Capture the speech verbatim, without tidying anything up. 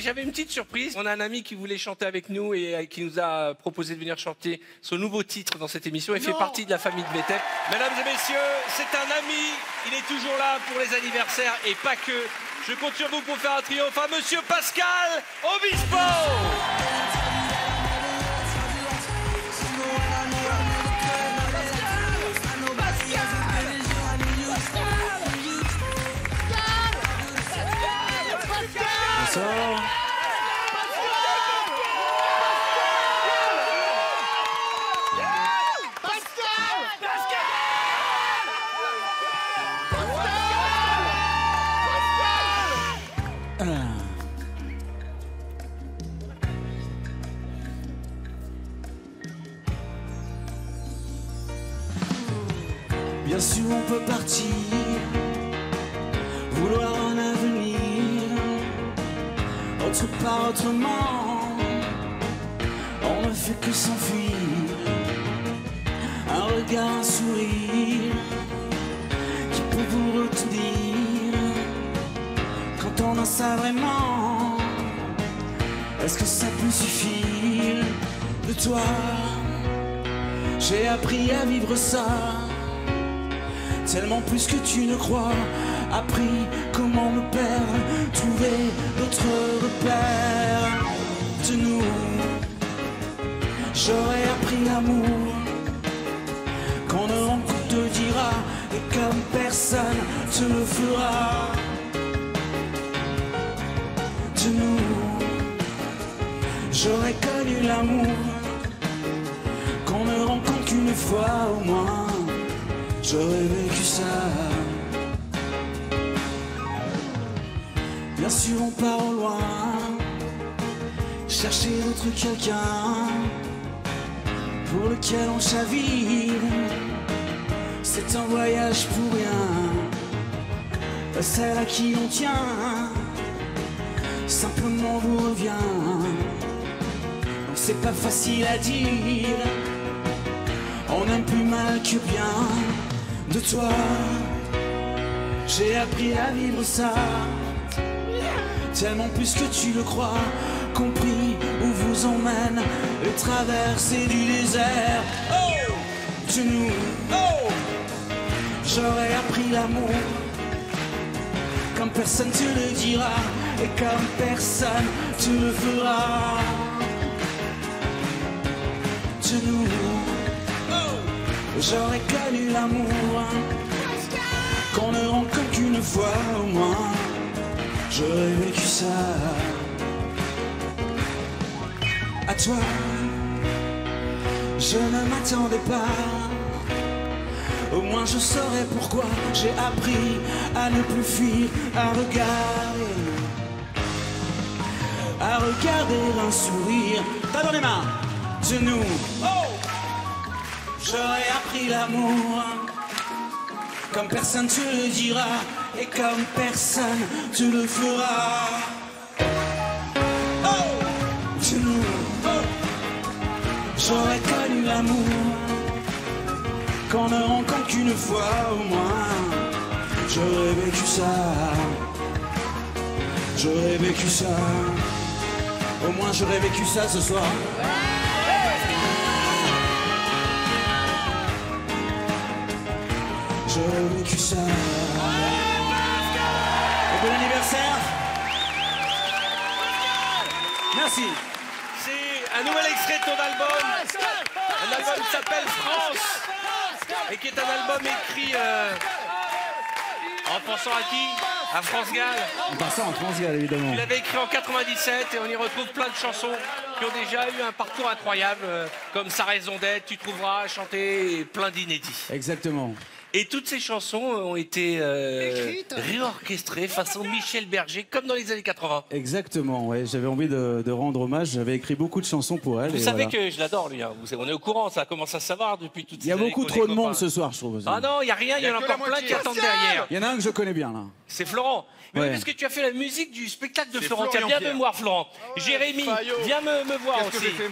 J'avais une petite surprise. On a un ami qui voulait chanter avec nous et qui nous a proposé de venir chanter son nouveau titre dans cette émission. Il fait partie de la famille de Betep. Mesdames et messieurs, c'est un ami. Il est toujours là pour les anniversaires et pas que. Je compte sur vous pour faire un triomphe à Monsieur Pascal Obispo. Bonsoir. Bien sûr on peut partir, vouloir un avenir, autre part autrement, on ne fait que s'enfuir, un regard, un sourire, qui peut vous retenir, quand on en sait vraiment, est-ce que ça peut suffire? De toi, j'ai appris à vivre ça, tellement plus que tu ne crois. Appris comment me perdre, trouver d'autres repères. De nous, j'aurais appris l'amour qu'on ne rencontre te dira, et comme personne te le fera. De nous, j'aurais connu l'amour qu'on ne rencontre qu'une fois au moins. J'aurais vécu ça. Bien sûr on part au loin, chercher d'autre quelqu'un pour lequel on chavire. C'est un voyage pour rien, celle à qui on tient simplement vous revient. Donc c'est pas facile à dire, on aime plus mal que bien. De toi, j'ai appris à vivre ça, tellement plus que tu le crois, compris où vous emmène les traversées du désert. Oh, de nous, oh, j'aurais appris l'amour, comme personne te le dira, et comme personne te le fera. De nous, j'aurais connu l'amour qu'on ne rencontre qu'une fois au moins. J'aurais vécu ça. À toi, je ne m'attendais pas. Au moins je saurais pourquoi j'ai appris à ne plus fuir, à regarder, à regarder un sourire. T'as dans les mains, de nous. Oh, j'aurais appris l'amour, comme personne te le dira, et comme personne te le fera. Oh, de nous, oh, j'aurais connu l'amour, qu'on ne rencontre qu'une fois au moins. J'aurais vécu ça, j'aurais vécu ça, au moins j'aurais vécu ça ce soir. J'aurais vécu ça. Et bon anniversaire. Merci. C'est un nouvel extrait de ton album. Un album qui s'appelle France. Et qui est un album écrit euh, en pensant à qui? À France Gall. En passant en France Gall, évidemment. Tu l'avais écrit en quatre-vingt-dix-sept et on y retrouve plein de chansons qui ont déjà eu un parcours incroyable, euh, comme Sa raison d'être, Tu trouveras, chanter, et plein d'inédits. Exactement. Et toutes ces chansons ont été euh, réorchestrées façon Michel Berger, comme dans les années quatre-vingt. Exactement, ouais. J'avais envie de, de rendre hommage. J'avais écrit beaucoup de chansons pour elle. Vous et savez voilà. que je l'adore, lui. Hein. Vous, on est au courant, ça commence à se savoir depuis toutes Il ces y a années beaucoup qu'on trop est de monde copains. ce soir, je trouve. Ah non, il n'y a rien, il y, y en a encore plein qui attendent derrière. Il y en a un que je connais bien, là. C'est Florent. Mais Ouais. oui, parce que tu as fait la musique du spectacle de Florent. Florian Tiens, viens Pierre. me voir, Florent. Ah ouais, Jérémy, Fayot. viens me, me voir Qu'est-ce que aussi. j'ai fait